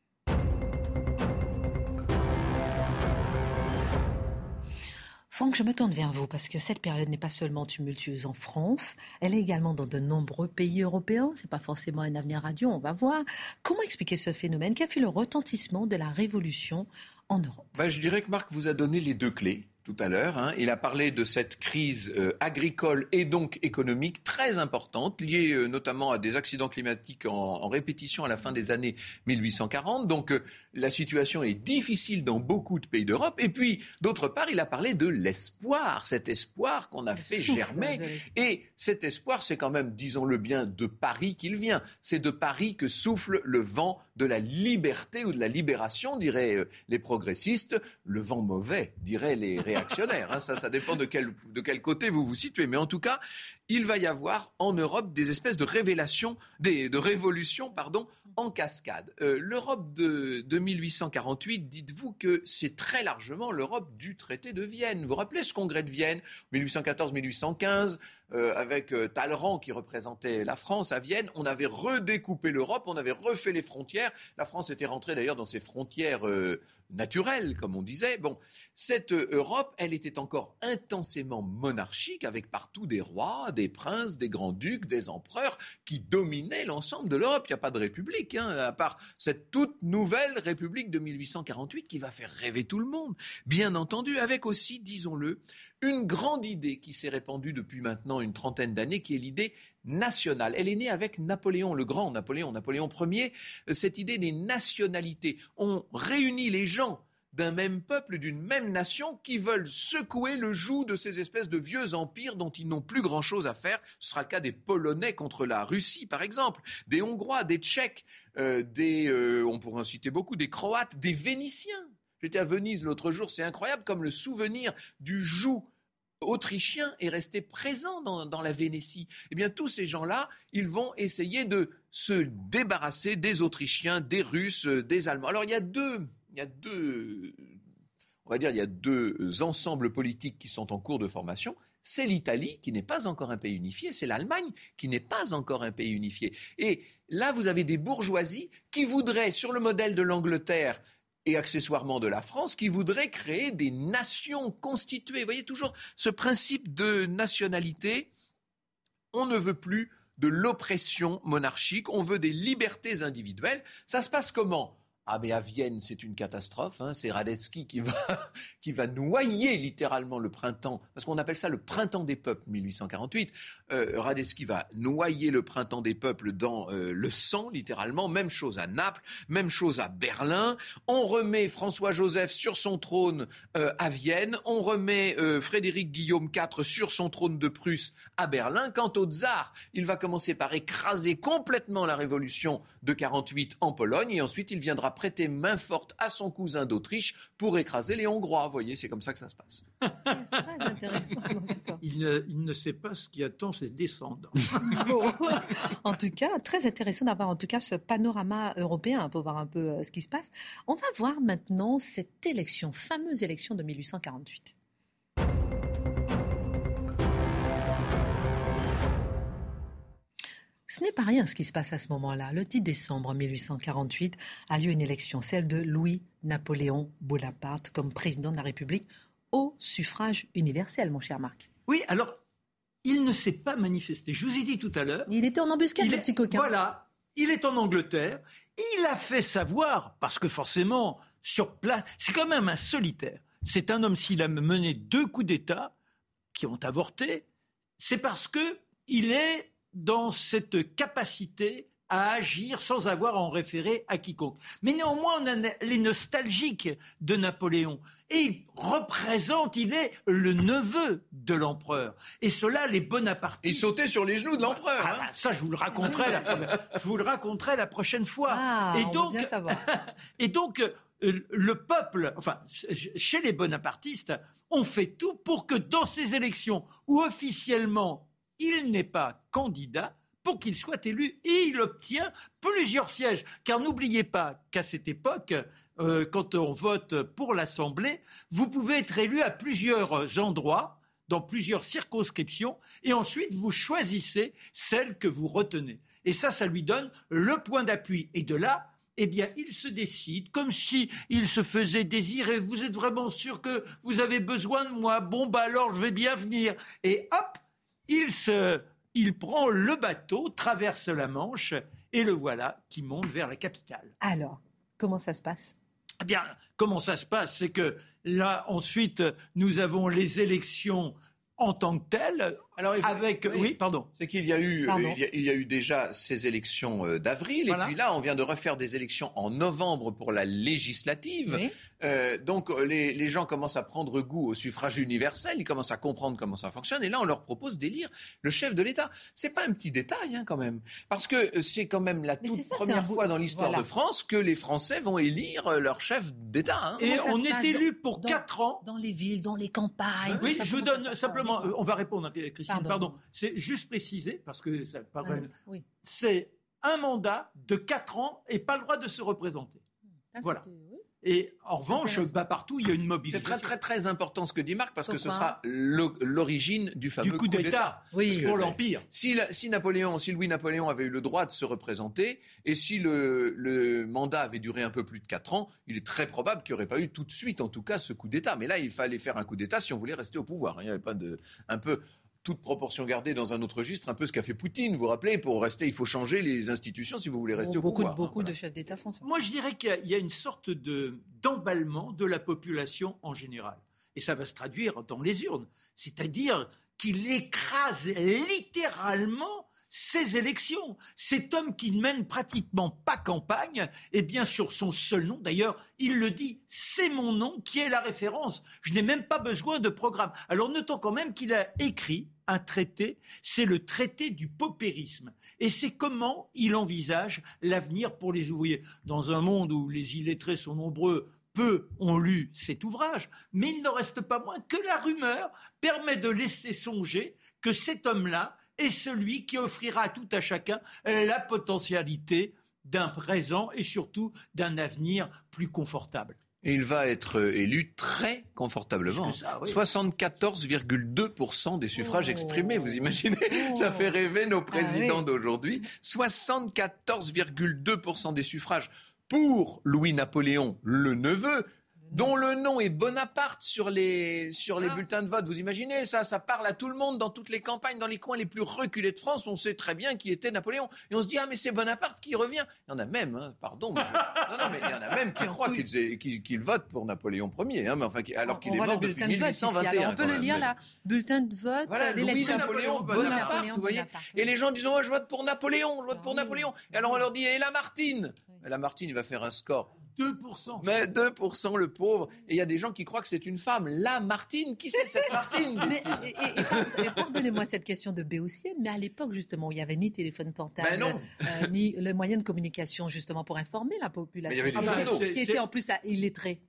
Franck, je me tourne vers vous parce que cette période n'est pas seulement tumultueuse en France, elle est également dans de nombreux pays européens. C'est pas forcément un avenir radieux, on va voir. Comment expliquer ce phénomène qui a fait le retentissement de la Révolution en Europe? Je dirais que Marc vous a donné les 2 clés tout à l'heure. Il a parlé de cette crise agricole et donc économique très importante, liée notamment à des accidents climatiques en répétition à la fin des années 1840. Donc la situation est difficile dans beaucoup de pays d'Europe. Et puis, d'autre part, il a parlé de l'espoir, cet espoir qu'on a fait germer. Et cet espoir, c'est quand même, disons-le bien, de Paris qu'il vient. C'est de Paris que souffle le vent de la liberté ou de la libération, diraient les progressistes. Le vent mauvais, diraient les réactionnaires. Ça dépend de quel côté vous vous situez. Mais en tout cas, il va y avoir en Europe des espèces de révélations, de révolutions, en cascade. L'Europe de 1848, dites-vous que c'est très largement l'Europe du traité de Vienne. Vous vous rappelez ce congrès de Vienne, 1814-1815, avec Talleyrand qui représentait la France à Vienne. On avait redécoupé l'Europe, on avait refait les frontières. La France était rentrée d'ailleurs dans ses frontières naturelle, comme on disait. Bon, cette Europe, elle était encore intensément monarchique, avec partout des rois, des princes, des grands-ducs, des empereurs qui dominaient l'ensemble de l'Europe. Il n'y a pas de république, à part cette toute nouvelle république de 1848 qui va faire rêver tout le monde. Bien entendu, avec aussi, disons-le, une grande idée qui s'est répandue depuis maintenant une trentaine d'années, qui est l'idée nationale. Elle est née avec Napoléon le Grand, Napoléon Ier, cette idée des nationalités. On réunit les gens d'un même peuple, d'une même nation, qui veulent secouer le joug de ces espèces de vieux empires dont ils n'ont plus grand-chose à faire. Ce sera le cas des Polonais contre la Russie, par exemple, des Hongrois, des Tchèques, on pourrait en citer beaucoup, des Croates, des Vénitiens. J'étais à Venise l'autre jour, c'est incroyable comme le souvenir du joug autrichien est resté présent dans la Vénétie. Eh bien, tous ces gens-là, ils vont essayer de se débarrasser des Autrichiens, des Russes, des Allemands. Alors, il y a deux ensembles politiques qui sont en cours de formation. C'est l'Italie, qui n'est pas encore un pays unifié, c'est l'Allemagne, qui n'est pas encore un pays unifié. Et là, vous avez des bourgeoisies qui voudraient, sur le modèle de l'Angleterre, et accessoirement de la France, qui voudrait créer des nations constituées. Vous voyez toujours ce principe de nationalité. On ne veut plus de l'oppression monarchique, on veut des libertés individuelles. Ça se passe comment ? Ah mais à Vienne, c'est une catastrophe. C'est Radetzky qui va noyer littéralement le printemps, parce qu'on appelle ça le printemps des peuples, 1848. Radetzky va noyer le printemps des peuples dans le sang, littéralement. Même chose à Naples, même chose à Berlin. On remet François-Joseph sur son trône à Vienne. On remet Frédéric Guillaume IV sur son trône de Prusse à Berlin. Quant au tsar, il va commencer par écraser complètement la révolution de 48 en Pologne, et ensuite il viendra prêter main forte à son cousin d'Autriche pour écraser les Hongrois. Vous voyez, c'est comme ça que ça se passe. C'est très intéressant. Il ne sait pas ce qui attend ses descendants. Bon. En tout cas, très intéressant d'avoir en tout cas ce panorama européen pour voir un peu ce qui se passe. On va voir maintenant cette élection, fameuse élection de 1848. Ce n'est pas rien ce qui se passe à ce moment-là. Le 10 décembre 1848 a lieu une élection, celle de Louis-Napoléon Bonaparte comme président de la République au suffrage universel, mon cher Marc. Oui, alors, il ne s'est pas manifesté. Je vous ai dit tout à l'heure. Il était en embuscade, le petit coquin. Voilà, il est en Angleterre. Il a fait savoir, parce que forcément, sur place, c'est quand même un solitaire. C'est un homme, s'il a mené 2 coups d'État qui ont avorté, c'est parce qu'il est dans cette capacité à agir sans avoir à en référer à quiconque. Mais néanmoins, on a les nostalgiques de Napoléon. Et il est le neveu de l'empereur. Et cela, les bonapartistes... Il sautait sur les genoux de l'empereur. Ça, je vous le raconterai la prochaine fois. Et donc, on veut bien savoir. Et donc, le peuple, enfin, chez les bonapartistes, on fait tout pour que dans ces élections où officiellement il n'est pas candidat, pour qu'il soit élu, et il obtient plusieurs sièges. Car n'oubliez pas qu'à cette époque, quand on vote pour l'Assemblée, vous pouvez être élu à plusieurs endroits, dans plusieurs circonscriptions, et ensuite vous choisissez celle que vous retenez. Et ça lui donne le point d'appui. Et de là, eh bien, il se décide, comme si il se faisait désirer. Vous êtes vraiment sûr que vous avez besoin de moi ? Bon, alors je vais bien venir. Et hop, il prend le bateau, traverse la Manche, et le voilà qui monte vers la capitale. Alors, comment ça se passe ? Eh bien, comment ça se passe ? C'est que là, ensuite, nous avons les élections en tant que telles. Alors, oui, pardon. C'est qu'il y a eu déjà ces élections d'avril, voilà. Et puis là, on vient de refaire des élections en novembre pour la législative. Oui. Donc, les gens commencent à prendre goût au suffrage universel, ils commencent à comprendre comment ça fonctionne, et là, on leur propose d'élire le chef de l'État. C'est pas un petit détail, quand même, parce que c'est quand même la toute première fois dans l'histoire de France que les Français vont élire leur chef d'État. Et on est élu pour 4 ans. Dans les villes, dans les campagnes. Oui, je vous donne simplement, on va répondre à Christine. Christine, pardon. C'est juste préciser, parce que ça paraît... Oui. C'est un mandat de 4 ans et pas le droit de se représenter. Voilà. Et en revanche, partout, il y a une mobilisation. C'est très, très, très important ce que dit Marc, parce que ce sera l'origine du fameux coup d'État. Oui. Pour l'Empire. Si Louis-Napoléon avait eu le droit de se représenter, et si le mandat avait duré un peu plus de 4 ans, il est très probable qu'il n'y aurait pas eu tout de suite, en tout cas, ce coup d'État. Mais là, il fallait faire un coup d'État si on voulait rester au pouvoir. Il n'y avait pas un peu... toute proportion gardée dans un autre registre, un peu ce qu'a fait Poutine, vous vous rappelez, pour rester, il faut changer les institutions si vous voulez rester au pouvoir. Beaucoup de chefs d'État font ça. Moi, je dirais qu'il y a une sorte d'emballement de la population en général. Et ça va se traduire dans les urnes. C'est-à-dire qu'il écrase littéralement ces élections. Cet homme qui ne mène pratiquement pas campagne, et bien sur son seul nom, d'ailleurs, il le dit, c'est mon nom qui est la référence. Je n'ai même pas besoin de programme. Alors notons quand même qu'il a écrit un traité, c'est le traité du paupérisme. Et c'est comment il envisage l'avenir pour les ouvriers. Dans un monde où les illettrés sont nombreux, peu ont lu cet ouvrage, mais il n'en reste pas moins que la rumeur permet de laisser songer que cet homme-là est celui qui offrira à tout à chacun la potentialité d'un présent et surtout d'un avenir plus confortable. Et il va être élu très confortablement. Ça, oui. 74,2% des suffrages exprimés, vous imaginez ? Ça fait rêver nos présidents d'aujourd'hui. 74,2% des suffrages pour Louis-Napoléon, le neveu, dont le nom est Bonaparte sur les bulletins de vote. Vous imaginez ça parle à tout le monde dans toutes les campagnes, dans les coins les plus reculés de France. On sait très bien qui était Napoléon. Et on se dit, mais c'est Bonaparte qui revient. Il y en a même, mais il y en a même qui croient qu'ils votent pour Napoléon Ier, mais enfin, alors qu'il est mort depuis 1821. On peut le lire là, bulletin de vote, l'élection de Napoléon Bonaparte, vous voyez. Et les gens disent, je vote pour Napoléon, Napoléon. Et alors on leur dit, et Lamartine ? Lamartine, il va faire un score. 2%. Mais 2%, le pauvre. Et il y a des gens qui croient que c'est une femme. Martine, qui c'est cette Martine ? Et pardonnez-moi cette question de béotienne, mais à l'époque, justement, il n'y avait ni téléphone portable, ni le moyen de communication, justement, pour informer la population. Mais il y avait les journaux. Qui était en plus illettré.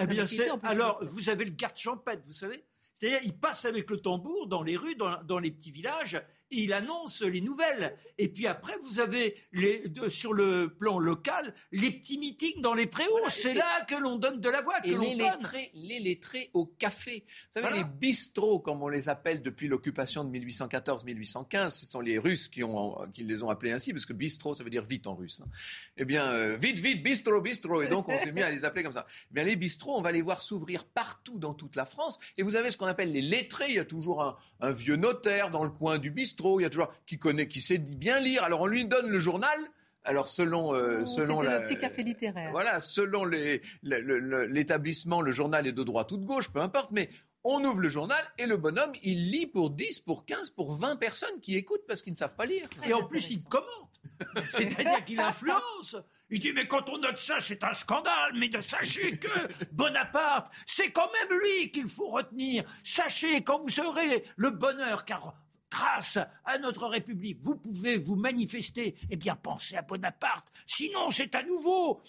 Alors, vous avez le garde champêtre, vous savez ? C'est-à-dire, il passe avec le tambour dans les rues, dans les petits villages, et il annonce les nouvelles. Et puis après, vous avez, sur le plan local, les petits meetings dans les préaux. Voilà, c'est là que l'on donne de la voix, que l'on donne. Les lettrés au café. Vous savez, les bistrots, comme on les appelle depuis l'occupation de 1814-1815, ce sont les Russes qui les ont appelés ainsi, parce que bistrot, ça veut dire vite en russe. Eh bien, vite, bistrot. Et donc, on s'est mis à les appeler comme ça. Eh bien, les bistrots, on va les voir s'ouvrir partout dans toute la France. Et vous avez ce qu'on appelle les lettrés. Il y a toujours un vieux notaire dans le coin du bistrot. Il y a toujours qui sait bien lire. Alors on lui donne le journal. Alors selon le petit café littéraire. Voilà, selon l'établissement, le journal est de droite ou de gauche, peu importe. Mais on ouvre le journal et le bonhomme, il lit pour 10, pour 15, pour 20 personnes qui écoutent parce qu'ils ne savent pas lire. Et en plus, il commente. C'est-à-dire qu'il influence. Il dit, mais quand on note ça, c'est un scandale. Mais sachez que Bonaparte, c'est quand même lui qu'il faut retenir. Sachez, quand vous serez le bonheur, car grâce à notre République, vous pouvez vous manifester. Eh bien, pensez à Bonaparte. Sinon, c'est à nouveau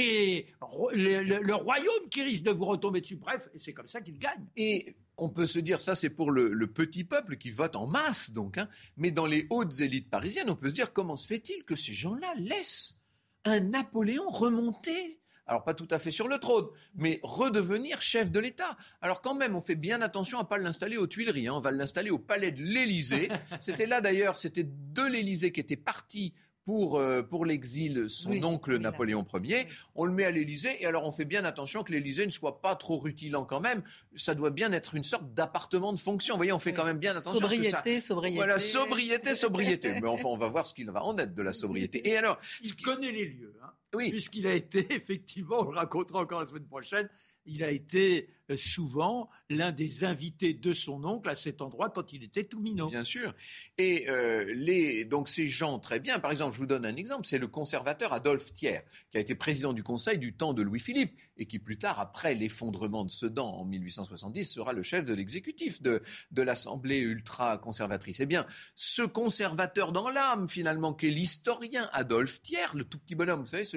le royaume qui risque de vous retomber dessus. Bref, c'est comme ça qu'il gagne. Et on peut se dire, ça c'est pour le petit peuple qui vote en masse, donc. Mais dans les hautes élites parisiennes, on peut se dire, comment se fait-il que ces gens-là laissent un Napoléon remonter, alors pas tout à fait sur le trône, mais redevenir chef de l'État. Alors quand même, on fait bien attention à ne pas l'installer aux Tuileries, on va l'installer au palais de l'Élysée. C'était là d'ailleurs, c'était de l'Élysée qui était parti pour l'exil son oncle Napoléon Ier. On le met à l'Élysée et alors on fait bien attention que l'Élysée ne soit pas trop rutilant quand même. Ça doit bien être une sorte d'appartement de fonction. Vous voyez, on fait quand même bien attention à ce que ça... Sobriété. Voilà, sobriété. Mais enfin, on va voir ce qu'il va en être de la sobriété. Et alors, il connaît les lieux, Oui. Puisqu'il a été, effectivement, on le racontera encore la semaine prochaine, il a été souvent l'un des invités de son oncle à cet endroit quand il était tout minot. Bien sûr. Et donc ces gens, très bien. Par exemple, je vous donne un exemple, c'est le conservateur Adolphe Thiers, qui a été président du Conseil du temps de Louis-Philippe et qui plus tard, après l'effondrement de Sedan en 1870, sera le chef de l'exécutif de l'Assemblée ultra-conservatrice. Eh bien, ce conservateur dans l'âme, finalement, qui est l'historien Adolphe Thiers, le tout petit bonhomme, vous savez,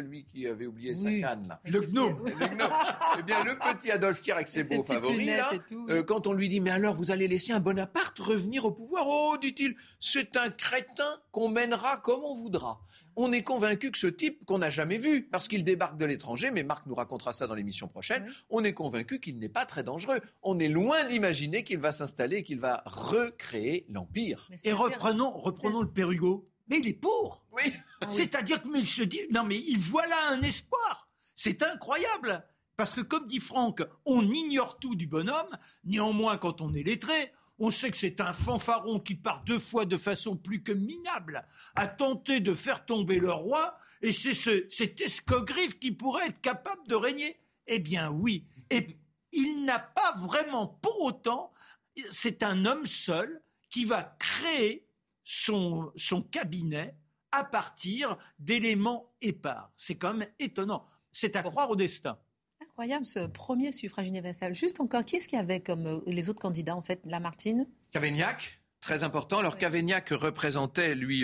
celui qui avait oublié sa canne, là. Le gnome. Eh bien, le petit Adolphe Thiers avec ses beaux favoris, là, quand on lui dit « Mais alors, vous allez laisser un Bonaparte revenir au pouvoir ?» « Oh, dit-il, c'est un crétin qu'on mènera comme on voudra. » On est convaincu que ce type, qu'on n'a jamais vu, parce qu'il débarque de l'étranger, mais Marc nous racontera ça dans l'émission prochaine, on est convaincu qu'il n'est pas très dangereux. On est loin d'imaginer qu'il va s'installer et qu'il va recréer l'Empire. Et reprenons le Père Hugo. Mais il est pour. Oui. C'est-à-dire qu'il se dit, non mais il voit là un espoir. C'est incroyable. Parce que comme dit Franck, on ignore tout du bonhomme. Néanmoins, quand on est lettré, on sait que c'est un fanfaron qui part 2 fois de façon plus que minable à tenter de faire tomber le roi, et c'est cet escogriffe qui pourrait être capable de régner. Eh bien oui, et il n'a pas vraiment pour autant, c'est un homme seul qui va créer son cabinet à partir d'éléments épars. C'est quand même étonnant, c'est à croire au destin. Incroyable ce premier suffrage universel. Juste encore, qui est-ce qu'il y avait comme les autres candidats en fait? Lamartine, Cavaignac, très important. Alors Cavaignac représentait lui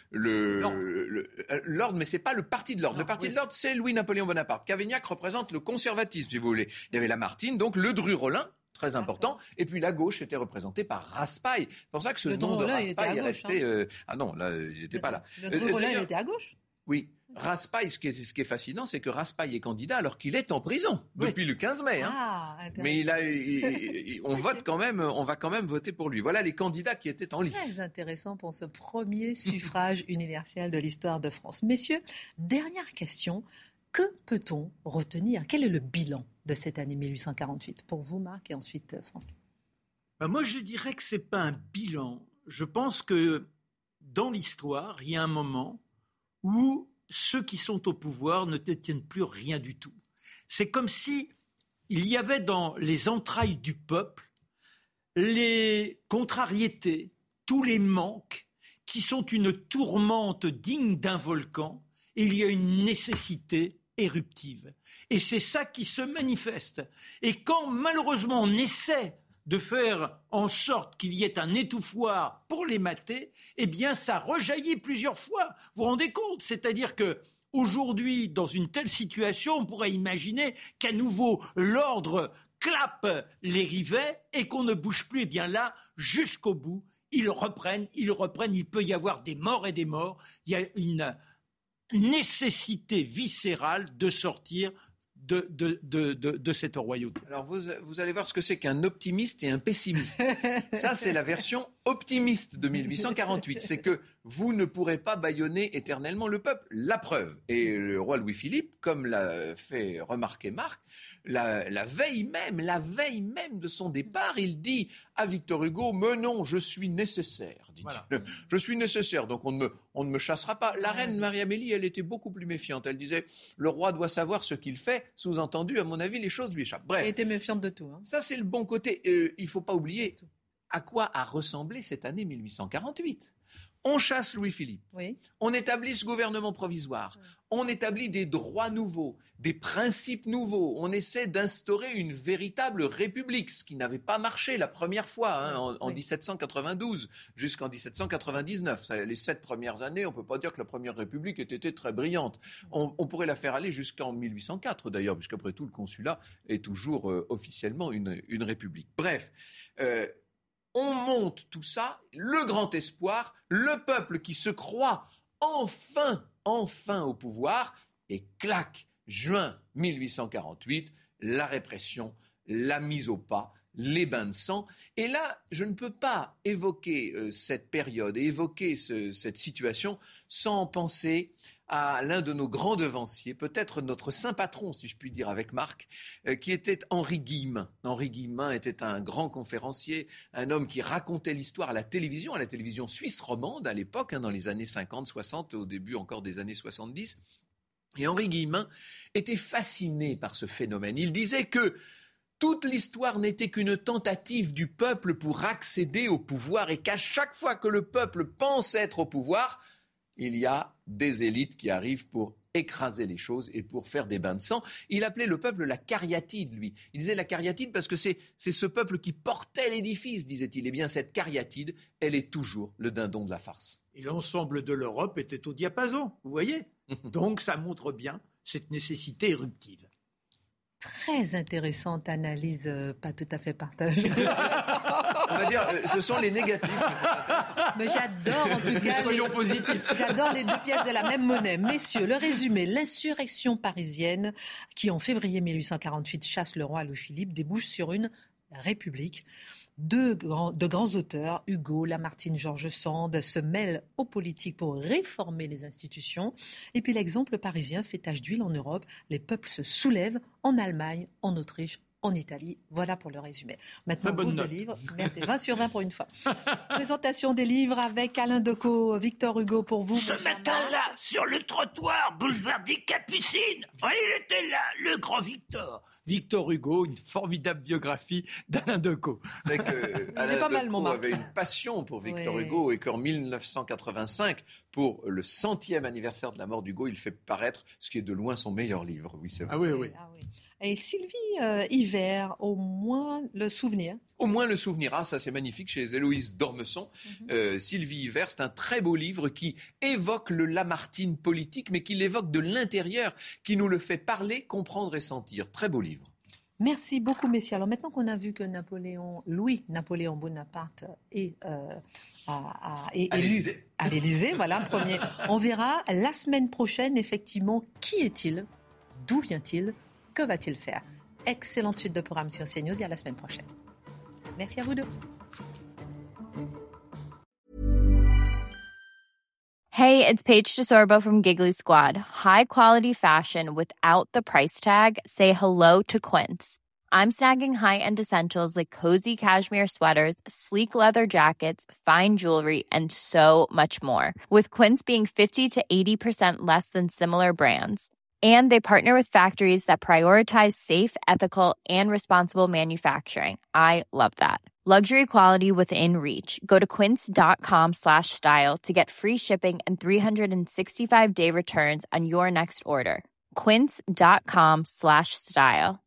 l'ordre, mais c'est pas le parti de l'ordre. Le parti de l'ordre, c'est Louis-Napoléon Bonaparte. Cavaignac représente le conservatisme, si vous voulez. Il y avait Lamartine, donc Le Dru-Rollin, très important. Et puis la gauche était représentée par Raspail. C'est pour ça que ce nom de Raspail est resté. Ah non, là, il n'était pas là. Le Dru-Rollin, il était à gauche. Oui. Raspail, ce qui est fascinant, c'est que Raspail est candidat alors qu'il est en prison depuis le 15 mai. Mais on va quand même voter pour lui. Voilà les candidats qui étaient en lice. Très intéressant pour ce premier suffrage universel de l'histoire de France. Messieurs, dernière question. Que peut-on retenir? Quel est le bilan de cette année 1848 pour vous, Marc, et ensuite Franck? Moi, je dirais que c'est pas un bilan. Je pense que dans l'histoire, il y a un moment où ceux qui sont au pouvoir ne détiennent plus rien du tout. C'est comme si il y avait dans les entrailles du peuple les contrariétés, tous les manques qui sont une tourmente digne d'un volcan, et il y a une nécessité éruptive. Et c'est ça qui se manifeste. Et quand malheureusement on essaie de faire en sorte qu'il y ait un étouffoir pour les mater, eh bien ça rejaillit plusieurs fois. Vous vous rendez compte? C'est-à-dire que aujourd'hui, dans une telle situation, on pourrait imaginer qu'à nouveau l'ordre clappe les rivets et qu'on ne bouge plus. Eh bien là, jusqu'au bout, ils reprennent, il peut y avoir des morts et des morts. Il y a une nécessité viscérale de sortir de cette royauté. Alors vous allez voir ce que c'est qu'un optimiste et un pessimiste. Ça, c'est la version optimiste de 1848. C'est que vous ne pourrez pas bâillonner éternellement le peuple. La preuve. Et le roi Louis-Philippe, comme l'a fait remarquer Marc, la veille même de son départ, il dit à Victor Hugo, mais non, je suis nécessaire, dit-il. Voilà. Je suis nécessaire, donc on ne me chassera pas. La reine Marie-Amélie, elle était beaucoup plus méfiante. Elle disait, le roi doit savoir ce qu'il fait. Sous-entendu, à mon avis, les choses lui échappent. Bref. Elle était méfiante de tout. Ça, c'est le bon côté. Il ne faut pas oublier à quoi a ressemblé cette année 1848. On chasse Louis-Philippe. Oui. On établit ce gouvernement provisoire. Oui. On établit des droits nouveaux, des principes nouveaux. On essaie d'instaurer une véritable république, ce qui n'avait pas marché la première fois en 1792 jusqu'en 1799. Les 7 premières années, on ne peut pas dire que la première république ait été très brillante. On pourrait la faire aller jusqu'en 1804 d'ailleurs, puisqu'après tout, le consulat est toujours officiellement une république. Bref. On monte tout ça, le grand espoir, le peuple qui se croit enfin au pouvoir, et clac, juin 1848, la répression, la mise au pas, les bains de sang. Et là, je ne peux pas évoquer cette période et évoquer cette situation sans penser à l'un de nos grands devanciers, peut-être notre saint patron, si je puis dire, avec Marc, qui était Henri Guillemin. Henri Guillemin était un grand conférencier, un homme qui racontait l'histoire à la télévision suisse romande à l'époque, dans les années 50, 60, au début encore des années 70. Et Henri Guillemin était fasciné par ce phénomène. Il disait que toute l'histoire n'était qu'une tentative du peuple pour accéder au pouvoir et qu'à chaque fois que le peuple pense être au pouvoir, il y a des élites qui arrivent pour écraser les choses et pour faire des bains de sang. Il appelait le peuple la cariatide, lui. Il disait la cariatide parce que c'est ce peuple qui portait l'édifice, disait-il. Eh bien, cette cariatide, elle est toujours le dindon de la farce. Et l'ensemble de l'Europe était au diapason, vous voyez. Donc, ça montre bien cette nécessité éruptive. Très intéressante analyse, pas tout à fait partagée. On va dire, ce sont les négatifs que c'est intéressant. Mais j'adore en tout cas. Soyons positifs. J'adore les deux pièces de la même monnaie. Messieurs, le résumé, l'insurrection parisienne qui en février 1848 chasse le roi Louis-Philippe débouche sur une république. De grands auteurs, Hugo, Lamartine, George Sand, se mêlent aux politiques pour réformer les institutions. Et puis l'exemple parisien fait tache d'huile en Europe. Les peuples se soulèvent en Allemagne, en Autriche, en Italie. Voilà pour le résumé. Maintenant, vous deux livres. Merci. 20 sur 20 pour une fois. Présentation des livres avec Alain Decaux, Victor Hugo pour vous. Ce matin-là, sur le trottoir, boulevard des Capucines, il était là, le grand Victor. Victor Hugo, une formidable biographie d'Alain Decaux. C'est que Alain Decaux avait une passion pour Victor Hugo et qu'en 1985, pour le 100e anniversaire de la mort d'Hugo, il fait paraître ce qui est de loin son meilleur livre. Oui, c'est vrai. Ah oui. Et Sylvie Hiver, au moins le souvenir. Au moins le souvenir. Ah, ça c'est magnifique chez Héloïse d'Ormesson. Sylvie Hiver, c'est un très beau livre qui évoque le Lamartine politique, mais qui l'évoque de l'intérieur, qui nous le fait parler, comprendre et sentir. Très beau livre. Merci beaucoup, messieurs. Alors maintenant qu'on a vu que Louis-Napoléon Bonaparte est élu à l'Élysée, voilà, premier, on verra la semaine prochaine, effectivement, qui est-il, d'où vient-il, que va-t-il faire? Excellente suite de programme sur CNews et à la semaine prochaine. Merci à vous deux. Hey, it's Paige DeSorbo from Giggly Squad. High quality fashion without the price tag. Say hello to Quince. I'm snagging high-end essentials like cozy cashmere sweaters, sleek leather jackets, fine jewelry, and so much more. With Quince being 50 to 80% less than similar brands. And they partner with factories that prioritize safe, ethical, and responsible manufacturing. I love that. Luxury quality within reach. Go to quince.com/style to get free shipping and 365-day returns on your next order. Quince.com/style.